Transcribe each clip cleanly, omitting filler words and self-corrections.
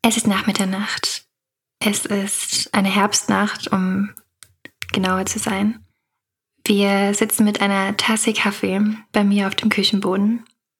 Es ist nach Mitternacht. Es ist eine Herbstnacht, um genauer zu sein. Wir sitzen mit einer Tasse Kaffee bei mir auf dem Küchenboden.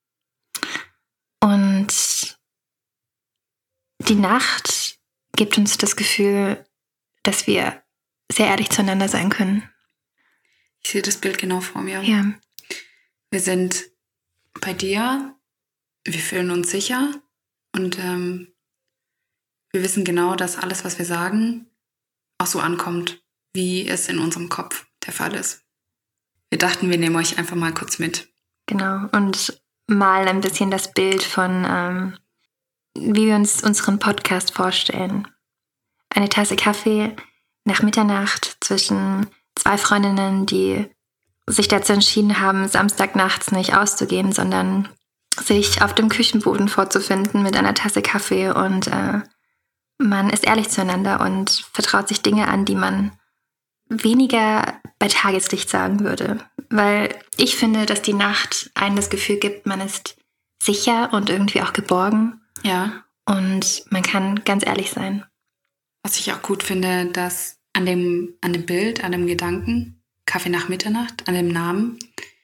Und die Nacht gibt uns das Gefühl, dass wir sehr ehrlich zueinander sein können. Ich sehe das Bild genau vor mir. Ja. Wir sind bei dir, wir fühlen uns sicher und wir wissen genau, dass alles, was wir sagen, auch so ankommt, wie es in unserem Kopf der Fall ist. Wir dachten, wir nehmen euch einfach mal kurz mit. Genau, und mal ein bisschen das Bild von, wie wir uns unseren Podcast vorstellen. Eine Tasse Kaffee nach Mitternacht zwischen zwei Freundinnen, die sich dazu entschieden haben, Samstagnachts nicht auszugehen, sondern sich auf dem Küchenboden vorzufinden mit einer Tasse Kaffee und man ist ehrlich zueinander und vertraut sich Dinge an, die man weniger bei Tageslicht sagen würde. Weil ich finde, dass die Nacht einem das Gefühl gibt, man ist sicher und irgendwie auch geborgen. Ja. Und man kann ganz ehrlich sein. Was ich auch gut finde, dass an dem Bild, an dem Gedanken, Kaffee nach Mitternacht, an dem Namen,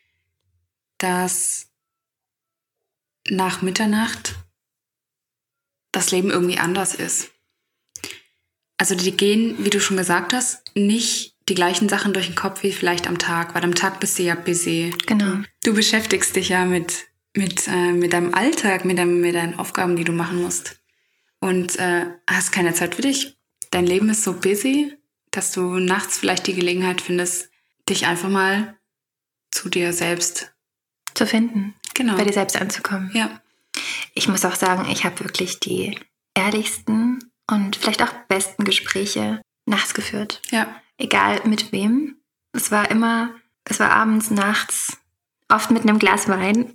dass nach Mitternacht das Leben irgendwie anders ist. Also die gehen, wie du schon gesagt hast, nicht die gleichen Sachen durch den Kopf wie vielleicht am Tag, weil am Tag bist du ja busy. Genau. Du beschäftigst dich ja mit deinem Alltag, mit deinen Aufgaben, die du machen musst. Und hast keine Zeit für dich. Dein Leben ist so busy, dass du nachts vielleicht die Gelegenheit findest, dich einfach mal zu dir selbst zu finden. Genau. Bei dir selbst anzukommen. Ja. Ich muss auch sagen, ich habe wirklich die ehrlichsten und vielleicht auch besten Gespräche nachts geführt. Ja. Egal mit wem. Es war abends, nachts, oft mit einem Glas Wein.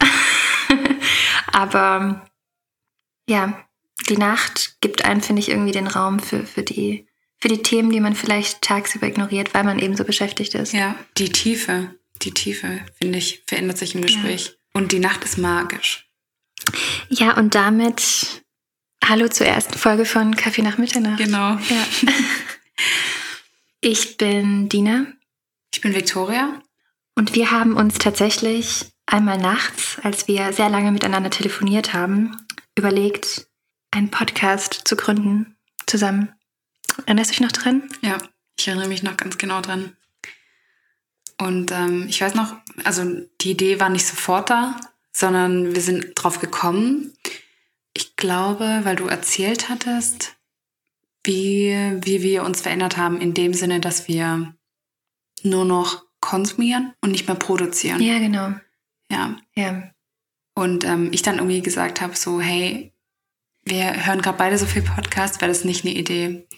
Aber ja, die Nacht gibt einem, finde ich, irgendwie den Raum für die Themen, die man vielleicht tagsüber ignoriert, weil man eben so beschäftigt ist. Ja, die Tiefe, finde ich, verändert sich im Gespräch. Ja. Und die Nacht ist magisch. Ja, und damit hallo zur ersten Folge von Kaffee nach Mitternacht. Genau. Ja. Ich bin Dina. Ich bin Victoria. Und wir haben uns tatsächlich einmal nachts, als wir sehr lange miteinander telefoniert haben, überlegt, einen Podcast zu gründen zusammen. Erinnerst du dich noch dran? Ja, ich erinnere mich noch ganz genau dran. Und ich weiß noch, also die Idee war nicht sofort da, sondern wir sind drauf gekommen. Ich glaube, weil du erzählt hattest, wie wir uns verändert haben, in dem Sinne, dass wir nur noch konsumieren und nicht mehr produzieren. Ja, genau. Ja. Und ich dann irgendwie gesagt habe, so, hey, wir hören gerade beide so viel Podcast, wäre das nicht eine Idee,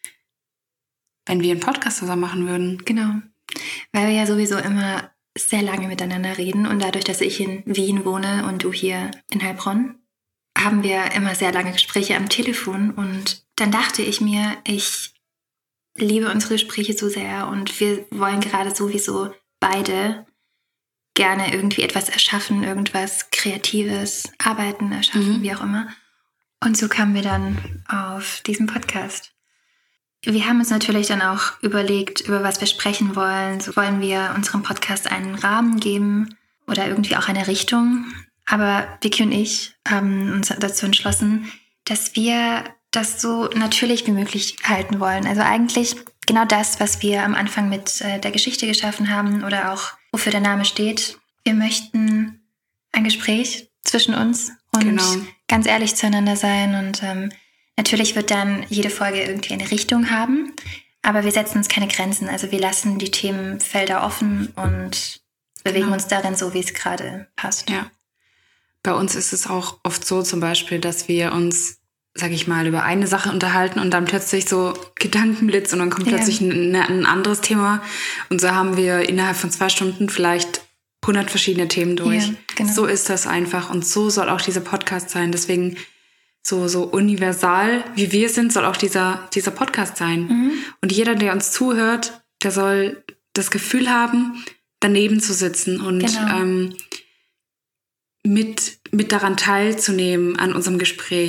wenn wir einen Podcast zusammen machen würden. Genau, weil wir ja sowieso immer sehr lange miteinander reden und dadurch, dass ich in Wien wohne und du hier in Heilbronn, haben wir immer sehr lange Gespräche am Telefon und dann dachte ich mir, ich liebe unsere Gespräche so sehr und wir wollen gerade sowieso beide gerne irgendwie etwas erschaffen, irgendwas Kreatives, arbeiten, erschaffen, wie auch immer. Und so kamen wir dann auf diesen Podcast. Wir haben uns natürlich dann auch überlegt, über was wir sprechen wollen. So wollen wir unserem Podcast einen Rahmen geben oder irgendwie auch eine Richtung. Aber Vicky und ich haben uns dazu entschlossen, dass wir das so natürlich wie möglich halten wollen. Also eigentlich genau das, was wir am Anfang mit der Geschichte geschaffen haben oder auch wofür der Name steht. Wir möchten ein Gespräch zwischen uns und ganz ehrlich zueinander sein. Und natürlich wird dann jede Folge irgendwie eine Richtung haben, aber wir setzen uns keine Grenzen. Also wir lassen die Themenfelder offen und bewegen uns darin so, wie es gerade passt. Ja. Bei uns ist es auch oft so zum Beispiel, dass wir uns, sag ich mal, über eine Sache unterhalten und dann plötzlich so Gedankenblitz und dann kommt plötzlich ein anderes Thema. Und so haben wir innerhalb von 2 Stunden vielleicht 100 verschiedene Themen durch. Ja, genau. So ist das einfach und so soll auch dieser Podcast sein. Deswegen so universal, wie wir sind, soll auch dieser Podcast sein. Und jeder, der uns zuhört, der soll das Gefühl haben, daneben zu sitzen und mit daran teilzunehmen an unserem Gespräch.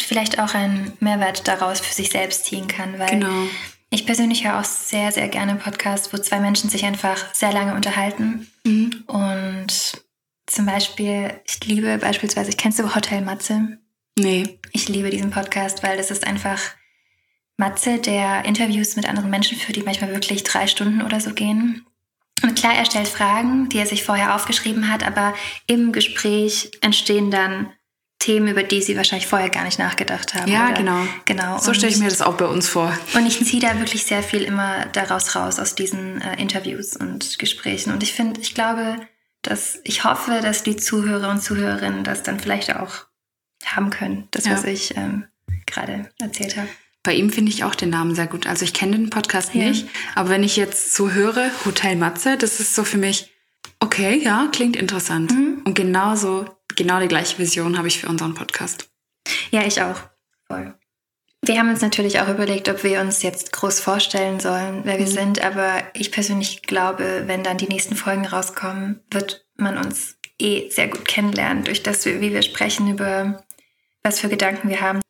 vielleicht auch einen Mehrwert daraus für sich selbst ziehen kann, weil Genau. ich persönlich höre auch sehr, sehr gerne Podcasts, wo zwei Menschen sich einfach sehr lange unterhalten. Und zum Beispiel, kennst du Hotel Matze? Nee. Ich liebe diesen Podcast, weil das ist einfach Matze, der Interviews mit anderen Menschen führt, die manchmal wirklich 3 Stunden oder so gehen. Und klar, er stellt Fragen, die er sich vorher aufgeschrieben hat, aber im Gespräch entstehen dann Themen, über die sie wahrscheinlich vorher gar nicht nachgedacht haben. Ja, oder? Genau. So stelle ich mir das auch bei uns vor. Und ich ziehe da wirklich sehr viel immer daraus raus, aus diesen Interviews und Gesprächen. Und ich hoffe, dass die Zuhörer und Zuhörerinnen das dann vielleicht auch haben können, das, was ich gerade erzählt habe. Bei ihm finde ich auch den Namen sehr gut. Also ich kenne den Podcast nicht, aber wenn ich jetzt so höre, Hotel Matze, das ist so für mich, okay, ja, klingt interessant. Und genau die gleiche Vision habe ich für unseren Podcast. Ja, ich auch. Voll. Wir haben uns natürlich auch überlegt, ob wir uns jetzt groß vorstellen sollen, wer wir sind, aber ich persönlich glaube, wenn dann die nächsten Folgen rauskommen, wird man uns sehr gut kennenlernen, durch das, wie wir sprechen, über was für Gedanken wir haben.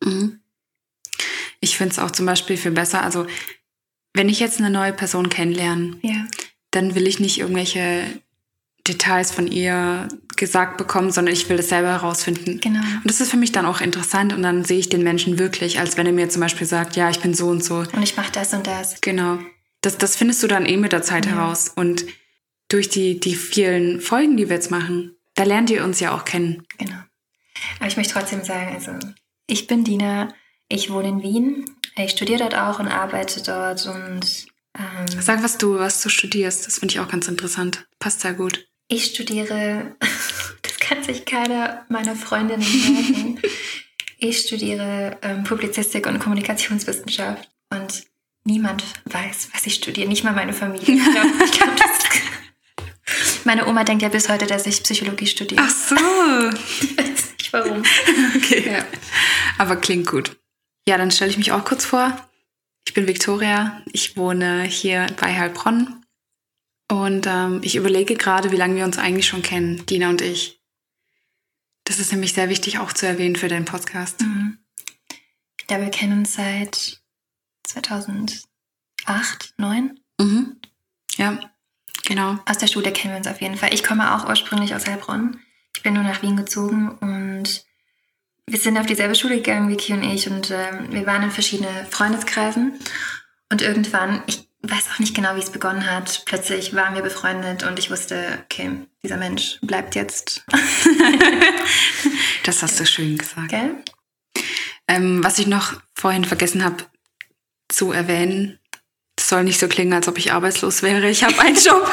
Ich finde es auch zum Beispiel viel besser, also wenn ich jetzt eine neue Person kennenlerne, dann will ich nicht irgendwelche Details von ihr gesagt bekommen, sondern ich will das selber herausfinden. Genau. Und das ist für mich dann auch interessant und dann sehe ich den Menschen wirklich, als wenn er mir zum Beispiel sagt, ja, ich bin so und so. Und ich mache das und das. Genau. Das findest du dann mit der Zeit heraus. Und durch die vielen Folgen, die wir jetzt machen, da lernt ihr uns ja auch kennen. Genau. Aber ich möchte trotzdem sagen, also ich bin Dina, ich wohne in Wien, ich studiere dort auch und arbeite dort und sag, was du studierst, das finde ich auch ganz interessant. Passt sehr gut. Ich studiere, das kann sich keiner meiner Freundinnen merken, ich studiere Publizistik und Kommunikationswissenschaft und niemand weiß, was ich studiere, nicht mal meine Familie. Ich glaub, meine Oma denkt ja bis heute, dass ich Psychologie studiere. Ach so. Ich weiß nicht warum. Okay. Ja. Aber klingt gut. Ja, dann stelle ich mich auch kurz vor. Ich bin Viktoria, ich wohne hier bei Heilbronn und ich überlege gerade, wie lange wir uns eigentlich schon kennen, Dina und ich. Das ist nämlich sehr wichtig auch zu erwähnen für den Podcast. Ich glaube, wir kennen uns seit 2008, 2009. Ja, genau. Aus der Schule kennen wir uns auf jeden Fall. Ich komme auch ursprünglich aus Heilbronn. Ich bin nur nach Wien gezogen und wir sind auf dieselbe Schule gegangen, Vicky und ich, und wir waren in verschiedenen Freundeskreisen. Und irgendwann, ich weiß auch nicht genau, wie es begonnen hat, plötzlich waren wir befreundet und ich wusste, okay, dieser Mensch bleibt jetzt. Das hast du schön gesagt. Gell? Was ich noch vorhin vergessen habe zu erwähnen, das soll nicht so klingen, als ob ich arbeitslos wäre. Ich habe einen Job.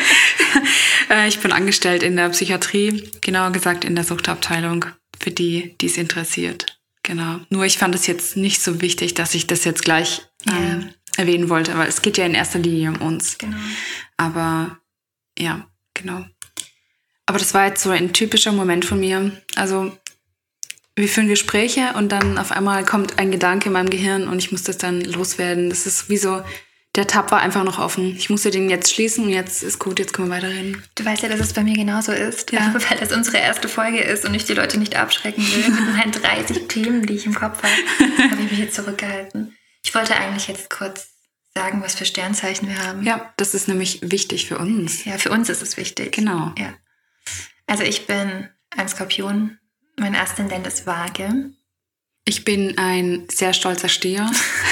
Ich bin angestellt in der Psychiatrie, genauer gesagt in der Suchtabteilung. Für die es interessiert. Genau. Nur ich fand es jetzt nicht so wichtig, dass ich das jetzt gleich erwähnen wollte, weil es geht ja in erster Linie um uns. Genau. Aber ja, genau. Aber das war jetzt so ein typischer Moment von mir. Also wir führen Gespräche und dann auf einmal kommt ein Gedanke in meinem Gehirn und ich muss das dann loswerden. Das ist wie so, der Tab war einfach noch offen. Ich musste den jetzt schließen und jetzt ist gut, jetzt können wir weiterreden. Du weißt ja, dass es bei mir genauso ist, weil das unsere erste Folge ist und ich die Leute nicht abschrecken will. Mit meinen 30 Themen, die ich im Kopf habe, habe ich mich jetzt zurückgehalten. Ich wollte eigentlich jetzt kurz sagen, was für Sternzeichen wir haben. Ja, das ist nämlich wichtig für uns. Ja, für uns ist es wichtig. Genau. Ja. Also ich bin ein Skorpion. Mein Aszendent ist Waage. Ich bin ein sehr stolzer Stier.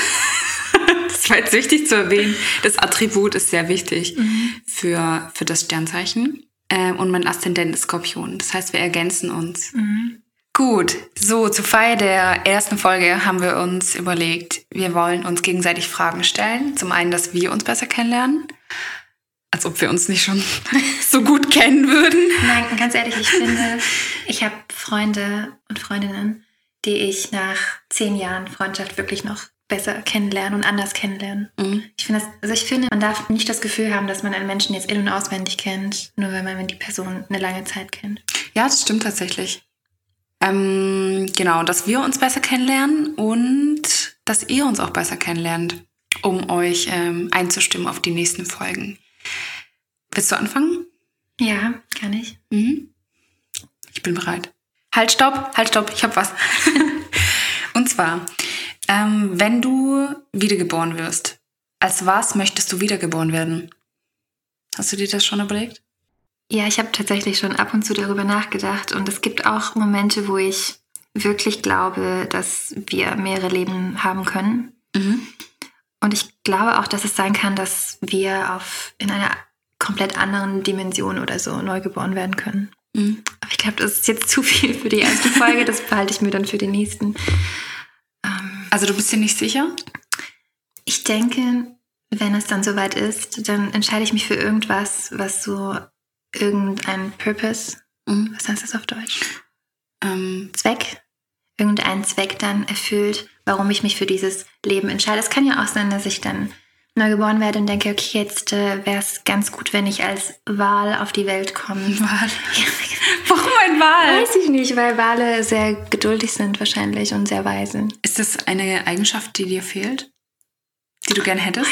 Das war jetzt wichtig zu erwähnen. Das Attribut ist sehr wichtig für das Sternzeichen. Und mein Aszendent ist Skorpion. Das heißt, wir ergänzen uns. Gut, so zur Feier der ersten Folge haben wir uns überlegt, wir wollen uns gegenseitig Fragen stellen. Zum einen, dass wir uns besser kennenlernen. Als ob wir uns nicht schon so gut kennen würden. Nein, ganz ehrlich, ich finde, ich habe Freunde und Freundinnen, die ich nach 10 Jahren Freundschaft wirklich noch besser kennenlernen und anders kennenlernen. Ich finde, man darf nicht das Gefühl haben, dass man einen Menschen jetzt in- und auswendig kennt, nur weil man die Person eine lange Zeit kennt. Ja, das stimmt tatsächlich. Genau, dass wir uns besser kennenlernen und dass ihr uns auch besser kennenlernt, um euch einzustimmen auf die nächsten Folgen. Willst du anfangen? Ja, kann ich. Ich bin bereit. Halt, stopp, ich hab was. Und zwar, wenn du wiedergeboren wirst, als was möchtest du wiedergeboren werden? Hast du dir das schon überlegt? Ja, ich habe tatsächlich schon ab und zu darüber nachgedacht. Und es gibt auch Momente, wo ich wirklich glaube, dass wir mehrere Leben haben können. Und ich glaube auch, dass es sein kann, dass wir in einer komplett anderen Dimension oder so neu geboren werden können. Aber ich glaube, das ist jetzt zu viel für die erste Folge. Das behalte ich mir dann für die nächsten. Also du bist dir nicht sicher? Ich denke, wenn es dann soweit ist, dann entscheide ich mich für irgendwas, was so irgendein Purpose, was heißt das auf Deutsch? Zweck. Irgendeinen Zweck dann erfüllt, warum ich mich für dieses Leben entscheide. Es kann ja auch sein, dass ich dann neu geboren werde und denke, okay, jetzt wäre es ganz gut, wenn ich als Wal auf die Welt komme. Wal? Warum ein Wal? Weiß ich nicht, weil Wale sehr geduldig sind wahrscheinlich und sehr weise. Ist das eine Eigenschaft, die dir fehlt? Die du gern hättest?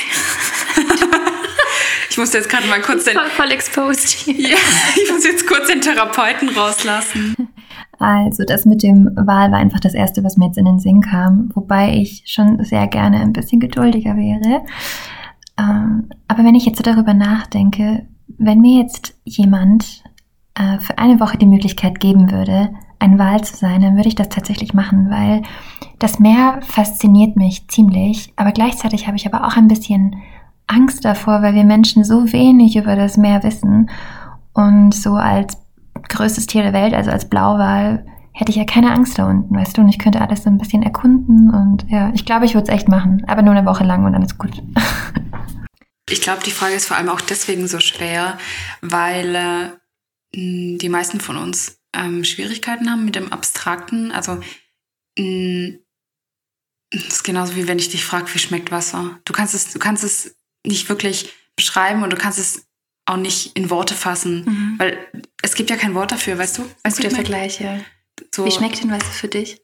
Ich muss jetzt gerade mal kurz voll exposed. Ja, ich muss jetzt kurz den Therapeuten rauslassen. Also das mit dem Wal war einfach das Erste, was mir jetzt in den Sinn kam. Wobei ich schon sehr gerne ein bisschen geduldiger wäre. Aber wenn ich jetzt so darüber nachdenke, wenn mir jetzt jemand für eine Woche die Möglichkeit geben würde, ein Wal zu sein, dann würde ich das tatsächlich machen, weil das Meer fasziniert mich ziemlich. Aber gleichzeitig habe ich aber auch ein bisschen Angst davor, weil wir Menschen so wenig über das Meer wissen. Und so als größtes Tier der Welt, also als Blauwal, hätte ich ja keine Angst da unten, weißt du? Und ich könnte alles so ein bisschen erkunden und ja, ich glaube, ich würde es echt machen, aber nur eine Woche lang und dann ist gut. Ich glaube, die Frage ist vor allem auch deswegen so schwer, weil die meisten von uns Schwierigkeiten haben mit dem Abstrakten. Also das ist genauso wie wenn ich dich frage, wie schmeckt Wasser? Du kannst es nicht wirklich beschreiben und du kannst es auch nicht in Worte fassen, weil es gibt ja kein Wort dafür, weißt du? Weißt du der Vergleich, ja. So, wie schmeckt denn Wasser für dich?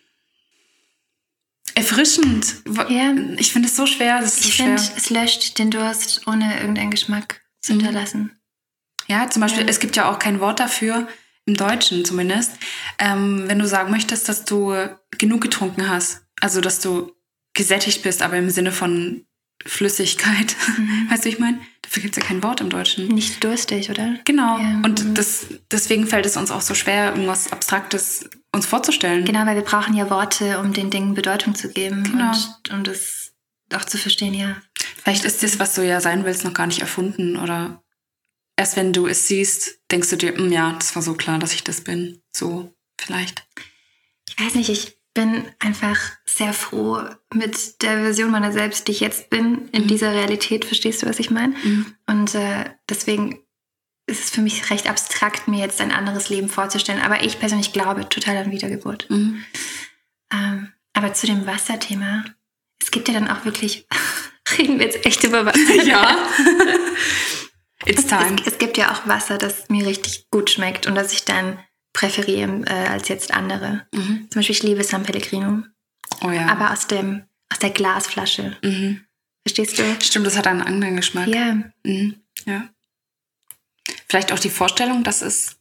Erfrischend. Ja. Ich finde es so schwer. Ich finde, es löscht den Durst, ohne irgendeinen Geschmack zu hinterlassen. Ja, zum Beispiel, es gibt ja auch kein Wort dafür, im Deutschen zumindest, wenn du sagen möchtest, dass du genug getrunken hast. Also, dass du gesättigt bist, aber im Sinne von Flüssigkeit. Weißt du, wie ich meine? Dafür gibt es ja kein Wort im Deutschen. Nicht durstig, oder? Genau. Ja. Und deswegen fällt es uns auch so schwer, irgendwas Abstraktes uns vorzustellen. Genau, weil wir brauchen ja Worte, um den Dingen Bedeutung zu geben. Genau. Und um das auch zu verstehen, ja. Vielleicht ist das, was du ja sein willst, noch gar nicht erfunden. Oder erst wenn du es siehst, denkst du dir, ja, das war so klar, dass ich das bin. So, vielleicht. Ich weiß nicht, ich bin einfach sehr froh mit der Version meiner selbst, die ich jetzt bin, in dieser Realität. Verstehst du, was ich meine? Und deswegen ist es für mich recht abstrakt, mir jetzt ein anderes Leben vorzustellen. Aber ich persönlich glaube total an Wiedergeburt. Aber zu dem Wasserthema, es gibt ja dann auch wirklich, reden wir jetzt echt über Wasser? Ja. It's time. Es gibt ja auch Wasser, das mir richtig gut schmeckt und das ich dann präferiere als jetzt andere. Zum Beispiel, ich liebe San Pellegrino. Oh ja. Aber aus der Glasflasche. Verstehst du? Stimmt, das hat einen anderen Geschmack. Ja. Ja. Vielleicht auch die Vorstellung, dass es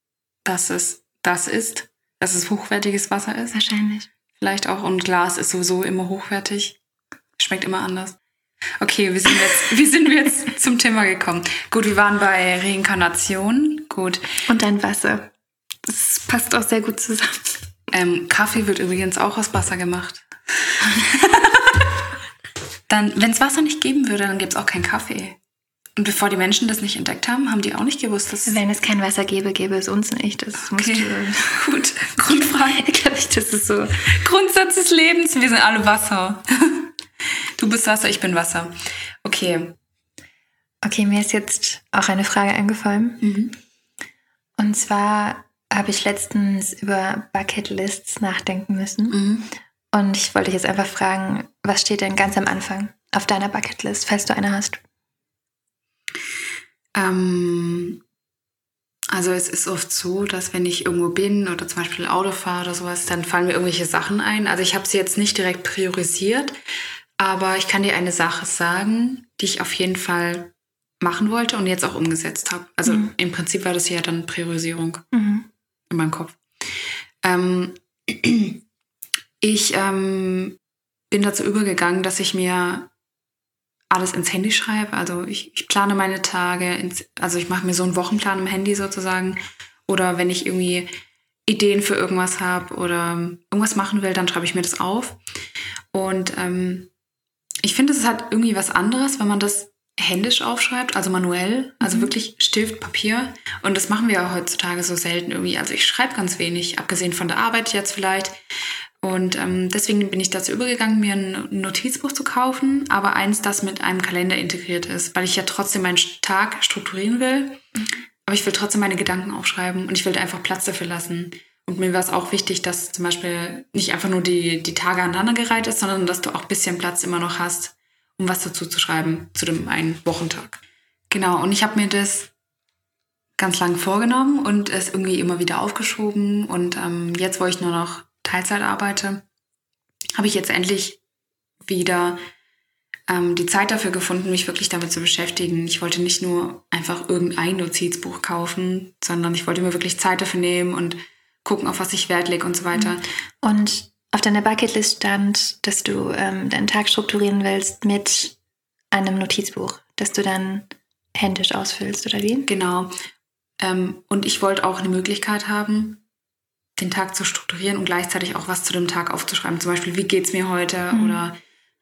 hochwertiges Wasser ist. Wahrscheinlich. Vielleicht auch. Und Glas ist sowieso immer hochwertig. Schmeckt immer anders. Okay, wie sind wir jetzt zum Thema gekommen? Gut, wir waren bei Reinkarnation. Gut. Und dann Wasser. Das passt auch sehr gut zusammen. Kaffee wird übrigens auch aus Wasser gemacht. Dann, wenn es Wasser nicht geben würde, dann gäbe es auch keinen Kaffee. Und bevor die Menschen das nicht entdeckt haben, haben die auch nicht gewusst, dass... Wenn es kein Wasser gäbe, gäbe es uns nicht. Das okay. musst du... Gut, Grundfrage. Glaube ich, das ist so. Grundsatz des Lebens, wir sind alle Wasser. Du bist Wasser, ich bin Wasser. Okay. Okay, mir ist jetzt auch eine Frage eingefallen. Und zwar habe ich letztens über Bucketlists nachdenken müssen. Und ich wollte dich jetzt einfach fragen, was steht denn ganz am Anfang auf deiner Bucketlist, falls du eine hast? Also es ist oft so, dass wenn ich irgendwo bin oder zum Beispiel Auto fahre oder sowas, dann fallen mir irgendwelche Sachen ein. Also ich habe sie jetzt nicht direkt priorisiert, aber ich kann dir eine Sache sagen, die ich auf jeden Fall machen wollte und jetzt auch umgesetzt habe. Also im Prinzip war das ja dann Priorisierung in meinem Kopf. Ich bin dazu übergegangen, dass ich mir alles ins Handy schreibe. Also ich plane meine Tage, also ich mache mir so einen Wochenplan im Handy sozusagen. Oder wenn ich irgendwie Ideen für irgendwas habe oder irgendwas machen will, dann schreibe ich mir das auf. Und ich finde, es ist halt irgendwie was anderes, wenn man das händisch aufschreibt, also manuell, also wirklich Stift, Papier. Und das machen wir ja heutzutage so selten irgendwie. Also ich schreibe ganz wenig, abgesehen von der Arbeit jetzt vielleicht. Und deswegen bin ich dazu übergegangen, mir ein Notizbuch zu kaufen, aber eins, das mit einem Kalender integriert ist, weil ich ja trotzdem meinen Tag strukturieren will, aber ich will trotzdem meine Gedanken aufschreiben und ich will da einfach Platz dafür lassen. Und mir war es auch wichtig, dass zum Beispiel nicht einfach nur die Tage aneinandergereiht ist, sondern dass du auch ein bisschen Platz immer noch hast, um was dazu zu schreiben, zu dem einen Wochentag. Genau, und ich habe mir das ganz lang vorgenommen und es irgendwie immer wieder aufgeschoben. Und jetzt, wo ich nur noch Teilzeit arbeite, habe ich jetzt endlich wieder die Zeit dafür gefunden, mich wirklich damit zu beschäftigen. Ich wollte nicht nur einfach irgendein Notizbuch kaufen, sondern ich wollte mir wirklich Zeit dafür nehmen und gucken, auf was ich Wert lege und so weiter. Und auf deiner Bucketlist stand, dass du deinen Tag strukturieren willst mit einem Notizbuch, das du dann händisch ausfüllst, oder wie? Genau. Und ich wollte auch eine Möglichkeit haben, den Tag zu strukturieren und gleichzeitig auch was zu dem Tag aufzuschreiben. Zum Beispiel, wie geht's mir heute? Oder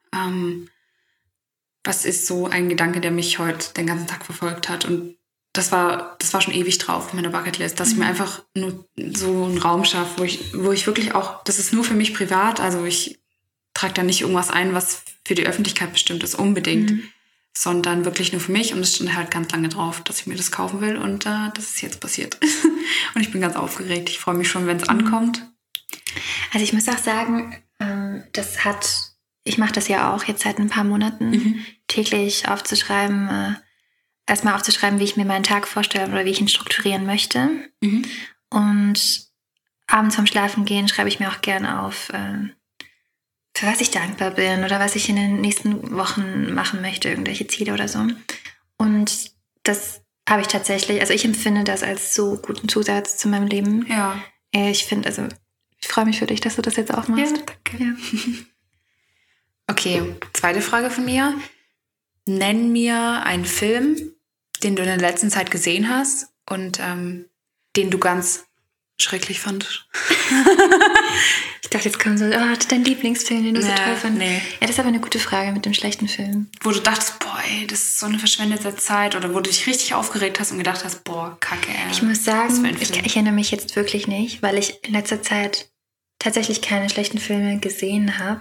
was ist so ein Gedanke, der mich heute den ganzen Tag verfolgt hat? Und das war schon ewig drauf in meiner Bucketlist, dass ich mir einfach nur so einen Raum schaffe, wo ich wirklich auch, das ist nur für mich privat, also ich trage da nicht irgendwas ein, was für die Öffentlichkeit bestimmt ist, unbedingt, sondern wirklich nur für mich. Und es stand halt ganz lange drauf, dass ich mir das kaufen will und das ist jetzt passiert. Und ich bin ganz aufgeregt. Ich freue mich schon, wenn es ankommt. Also ich muss auch sagen, ich mache das ja auch jetzt seit ein paar Monaten, täglich aufzuschreiben, erstmal aufzuschreiben, wie ich mir meinen Tag vorstelle oder wie ich ihn strukturieren möchte. Und abends vorm Schlafengehen schreibe ich mir auch gerne auf, für was ich dankbar bin oder was ich in den nächsten Wochen machen möchte, irgendwelche Ziele oder so. Und das habe ich tatsächlich, also ich empfinde das als so guten Zusatz zu meinem Leben. Ja. Ich freue mich für dich, dass du das jetzt auch machst. Ja, danke. Ja. Okay, zweite Frage von mir. Nenn mir einen Film, den du in der letzten Zeit gesehen hast und den du ganz schrecklich fandest. Ich dachte, jetzt kommt so, dein Lieblingsfilm, den du so toll fandest. Nee. Ja, das ist aber eine gute Frage mit dem schlechten Film. Wo du dachtest, boah, ey, das ist so eine verschwendete Zeit, oder wo du dich richtig aufgeregt hast und gedacht hast, boah, kacke, ey. Ich muss sagen, ich erinnere mich jetzt wirklich nicht, weil ich in letzter Zeit tatsächlich keine schlechten Filme gesehen habe.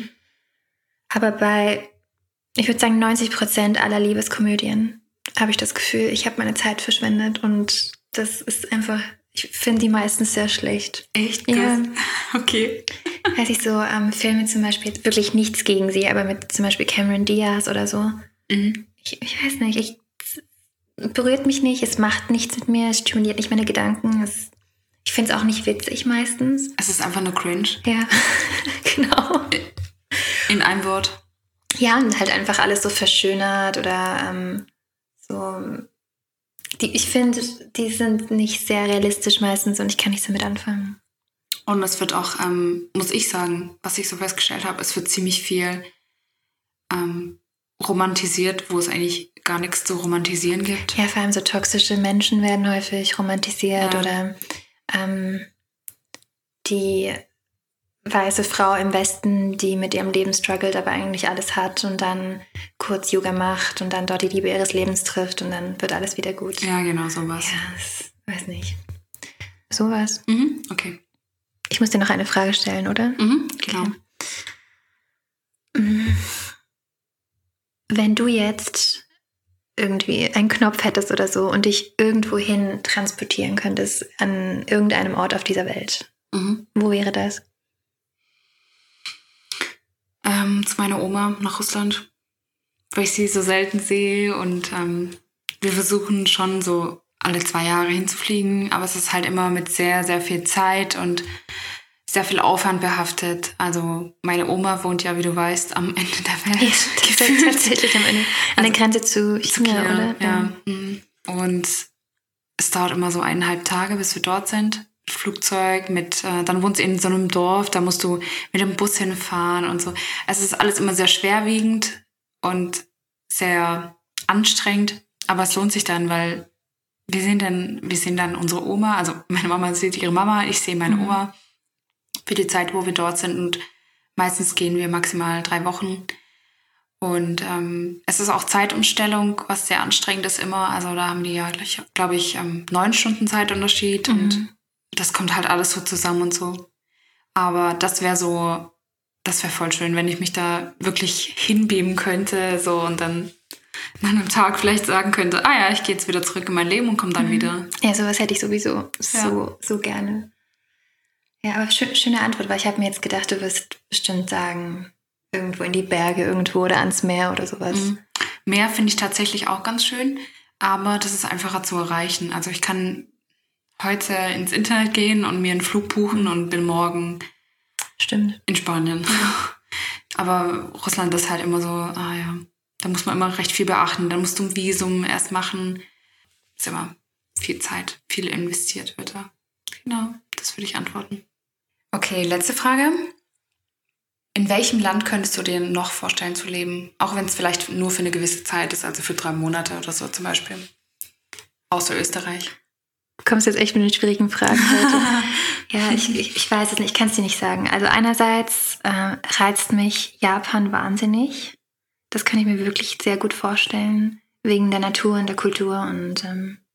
Aber ich würde sagen, 90% aller Liebeskomödien habe ich das Gefühl, ich habe meine Zeit verschwendet und das ist einfach, ich finde die meistens sehr schlecht. Echt? Ja. Okay. Weiß ich so, Filme zum Beispiel, jetzt wirklich nichts gegen sie, aber mit zum Beispiel Cameron Diaz oder so. Ich weiß nicht, berührt mich nicht, es macht nichts mit mir, es stimuliert nicht meine Gedanken, ich finde es auch nicht witzig meistens. Es ist einfach nur cringe. Ja, genau. In einem Wort. Ja, und halt einfach alles so verschönert oder so. Ich finde, die sind nicht sehr realistisch meistens und ich kann nichts damit anfangen. Und es wird auch, muss ich sagen, was ich so festgestellt habe, es wird ziemlich viel romantisiert, wo es eigentlich gar nichts zu romantisieren gibt. Ja, vor allem so toxische Menschen werden häufig romantisiert oder die weiße Frau im Westen, die mit ihrem Leben struggelt, aber eigentlich alles hat und dann kurz Yoga macht und dann dort die Liebe ihres Lebens trifft und dann wird alles wieder gut. Ja, genau, sowas. Ja, weiß nicht. Sowas. Okay. Ich muss dir noch eine Frage stellen, oder? Genau. Okay. Wenn du jetzt irgendwie einen Knopf hättest oder so und dich irgendwohin transportieren könntest, an irgendeinem Ort auf dieser Welt, wo wäre das? Zu meiner Oma nach Russland, weil ich sie so selten sehe und wir versuchen schon so alle 2 Jahre hinzufliegen, aber es ist halt immer mit sehr, sehr viel Zeit und sehr viel Aufwand behaftet. Also meine Oma wohnt ja, wie du weißt, am Ende der Welt. Ja, die ist tatsächlich am Ende, an der Grenze zu China, oder? Ja. Und es dauert immer so 1,5 Tage, bis wir dort sind. Flugzeug, dann wohnst du in so einem Dorf, da musst du mit dem Bus hinfahren und so. Es ist alles immer sehr schwerwiegend und sehr anstrengend, aber es lohnt sich dann, weil wir sehen dann unsere Oma, also meine Mama sieht ihre Mama, ich sehe meine Oma für die Zeit, wo wir dort sind, und meistens gehen wir maximal 3 Wochen. Und es ist auch Zeitumstellung, was sehr anstrengend ist immer. Also da haben die ja, glaube ich, 9 Stunden Zeitunterschied und das kommt halt alles so zusammen und so. Aber das wäre voll schön, wenn ich mich da wirklich hinbeamen könnte, so, und dann nach einem Tag vielleicht sagen könnte, ich gehe jetzt wieder zurück in mein Leben und komme dann wieder. Ja, sowas hätte ich sowieso so gerne. Ja, aber schöne Antwort, weil ich habe mir jetzt gedacht, du wirst bestimmt sagen, irgendwo in die Berge irgendwo oder ans Meer oder sowas. Meer finde ich tatsächlich auch ganz schön, aber das ist einfacher zu erreichen. Also ich kann heute ins Internet gehen und mir einen Flug buchen und bin morgen in Spanien. Aber Russland ist halt immer so, da muss man immer recht viel beachten. Da musst du ein Visum erst machen. Ist immer viel Zeit, viel investiert wird da. Genau, das würde ich antworten. Okay, letzte Frage. In welchem Land könntest du dir noch vorstellen zu leben? Auch wenn es vielleicht nur für eine gewisse Zeit ist, also für 3 Monate oder so zum Beispiel. Außer Österreich. Du kommst jetzt echt mit den schwierigen Fragen heute. Ja, ich weiß es nicht, ich kann es dir nicht sagen. Also einerseits reizt mich Japan wahnsinnig. Das kann ich mir wirklich sehr gut vorstellen. Wegen der Natur und der Kultur und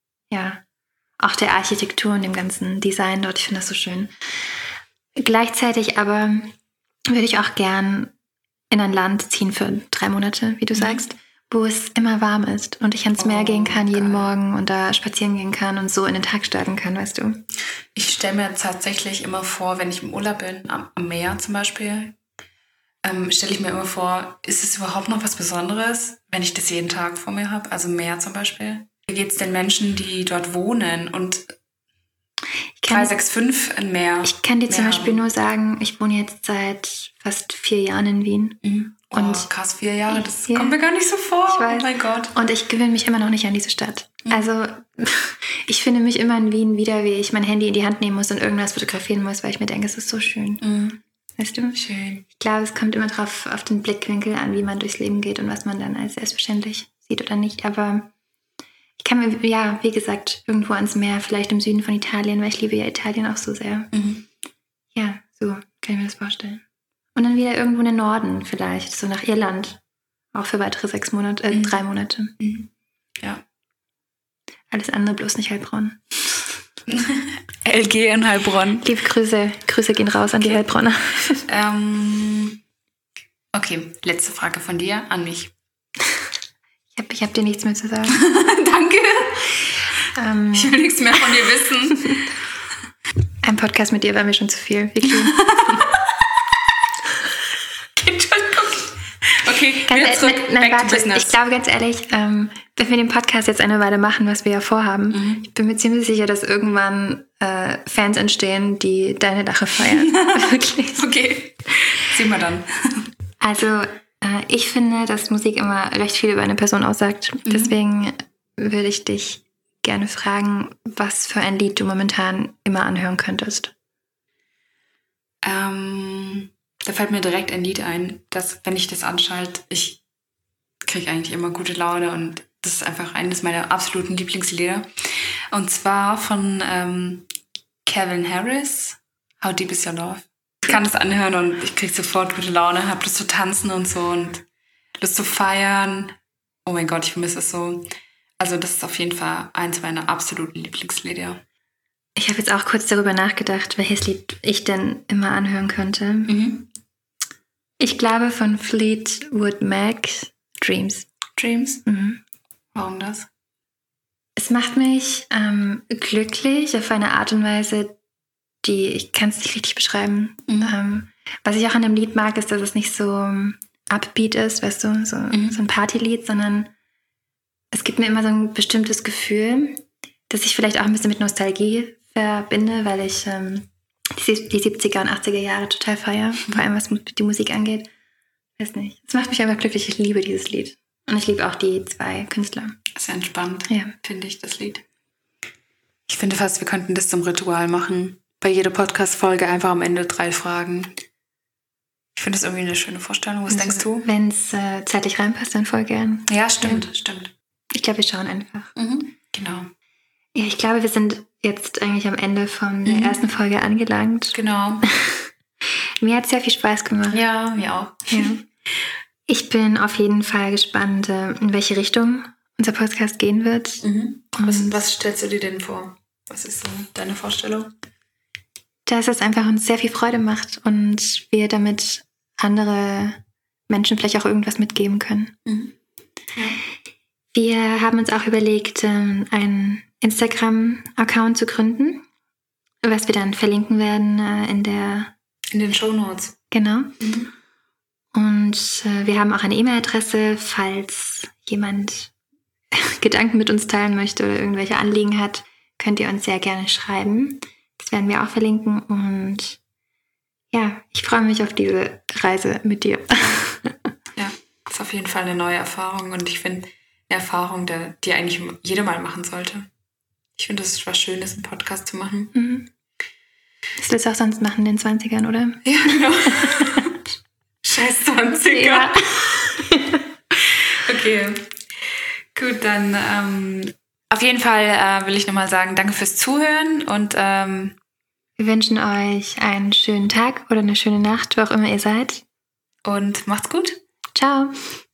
auch der Architektur und dem ganzen Design dort. Ich finde das so schön. Gleichzeitig aber würde ich auch gern in ein Land ziehen für 3 Monate, wie du sagst, wo es immer warm ist und ich ans Meer gehen kann jeden Morgen und da spazieren gehen kann und so in den Tag starten kann, weißt du. Ich stelle mir tatsächlich immer vor, wenn ich im Urlaub bin, am Meer zum Beispiel, stelle ich mir immer vor, ist es überhaupt noch was Besonderes, wenn ich das jeden Tag vor mir habe, also Meer zum Beispiel? Wie geht es den Menschen, die dort wohnen und 365 ein Meer? Ich kann dir zum Beispiel nur sagen, ich wohne jetzt seit fast 4 Jahren in Wien. Und krass, 4 Jahre, das kommt mir gar nicht so vor. Ich weiß. Oh mein Gott. Und ich gewöhne mich immer noch nicht an diese Stadt. Also ich finde mich immer in Wien wieder, wie ich mein Handy in die Hand nehmen muss und irgendwas fotografieren muss, weil ich mir denke, es ist so schön. Weißt du? Schön. Ich glaube, es kommt immer drauf auf den Blickwinkel an, wie man durchs Leben geht und was man dann als selbstverständlich sieht oder nicht. Aber ich kann mir, wie gesagt, irgendwo ans Meer, vielleicht im Süden von Italien, weil ich liebe ja Italien auch so sehr. Ja, so kann ich mir das vorstellen. Und dann wieder irgendwo in den Norden vielleicht, so nach Irland. Auch für weitere 3 Monate. Ja. Alles andere bloß nicht Heilbronn. LG in Heilbronn. Liebe Grüße. Grüße gehen raus an die Heilbronner. Okay, letzte Frage von dir an mich. Ich hab dir nichts mehr zu sagen. Danke. Ich will nichts mehr von dir wissen. Ein Podcast mit dir war mir schon zu viel. Wirklich. Okay, wieder zurück. Warte, ich glaube ganz ehrlich, wenn wir den Podcast jetzt eine Weile machen, was wir ja vorhaben, ich bin mir ziemlich sicher, dass irgendwann Fans entstehen, die deine Lache feiern. Wirklich. Okay, sehen wir dann. Also ich finde, dass Musik immer recht viel über eine Person aussagt. Deswegen würde ich dich gerne fragen, was für ein Lied du momentan immer anhören könntest. Da fällt mir direkt ein Lied ein, dass, wenn ich das anschalte, ich kriege eigentlich immer gute Laune und das ist einfach eines meiner absoluten Lieblingslieder. Und zwar von Calvin Harris, How Deep Is Your Love. Ich kann das anhören und ich kriege sofort gute Laune, habe Lust zu tanzen und so und Lust zu feiern. Oh mein Gott, ich vermisse es so. Also das ist auf jeden Fall eins meiner absoluten Lieblingslieder. Ich habe jetzt auch kurz darüber nachgedacht, welches Lied ich denn immer anhören könnte. Ich glaube von Fleetwood Mac, Dreams. Dreams? Warum das? Es macht mich glücklich auf eine Art und Weise, die, ich kann es nicht richtig beschreiben. Was ich auch an dem Lied mag, ist, dass es nicht so upbeat ist, weißt du, so ein Partylied, sondern es gibt mir immer so ein bestimmtes Gefühl, das ich vielleicht auch ein bisschen mit Nostalgie verbinde, weil ich die 70er und 80er Jahre total feiere, vor allem was die Musik angeht. Weiß nicht. Es macht mich einfach glücklich, ich liebe dieses Lied. Und ich liebe auch die 2 Künstler. Sehr entspannt, finde ich, das Lied. Ich finde fast, wir könnten das zum Ritual machen. Bei jeder Podcast-Folge einfach am Ende 3 Fragen. Ich finde das irgendwie eine schöne Vorstellung. Was denkst du? Wenn es zeitlich reinpasst, dann voll gern. Ja, stimmt. Ich glaube, wir schauen einfach. Genau. Ja, ich glaube, wir sind jetzt eigentlich am Ende von der ersten Folge angelangt. Genau. Mir hat es sehr viel Spaß gemacht. Ja, mir auch. Ja. Ich bin auf jeden Fall gespannt, in welche Richtung unser Podcast gehen wird. Was stellst du dir denn vor? Was ist so deine Vorstellung? Dass es einfach uns sehr viel Freude macht und wir damit andere Menschen vielleicht auch irgendwas mitgeben können. Ja. Wir haben uns auch überlegt, einen Instagram-Account zu gründen, was wir dann verlinken werden in den Shownotes. Genau. Und wir haben auch eine E-Mail-Adresse, falls jemand Gedanken mit uns teilen möchte oder irgendwelche Anliegen hat, könnt ihr uns sehr gerne schreiben. Das werden wir auch verlinken. Und ja, ich freue mich auf diese Reise mit dir. Ja, das ist auf jeden Fall eine neue Erfahrung. Und ich finde, eine Erfahrung, die eigentlich jeder mal machen sollte. Ich finde, das ist was Schönes, einen Podcast zu machen. Das willst du auch sonst machen in den 20ern, oder? Ja, genau. Scheiß 20er. Ja. Okay. Gut, dann auf jeden Fall will ich nochmal sagen, danke fürs Zuhören und wir wünschen euch einen schönen Tag oder eine schöne Nacht, wo auch immer ihr seid. Und macht's gut. Ciao.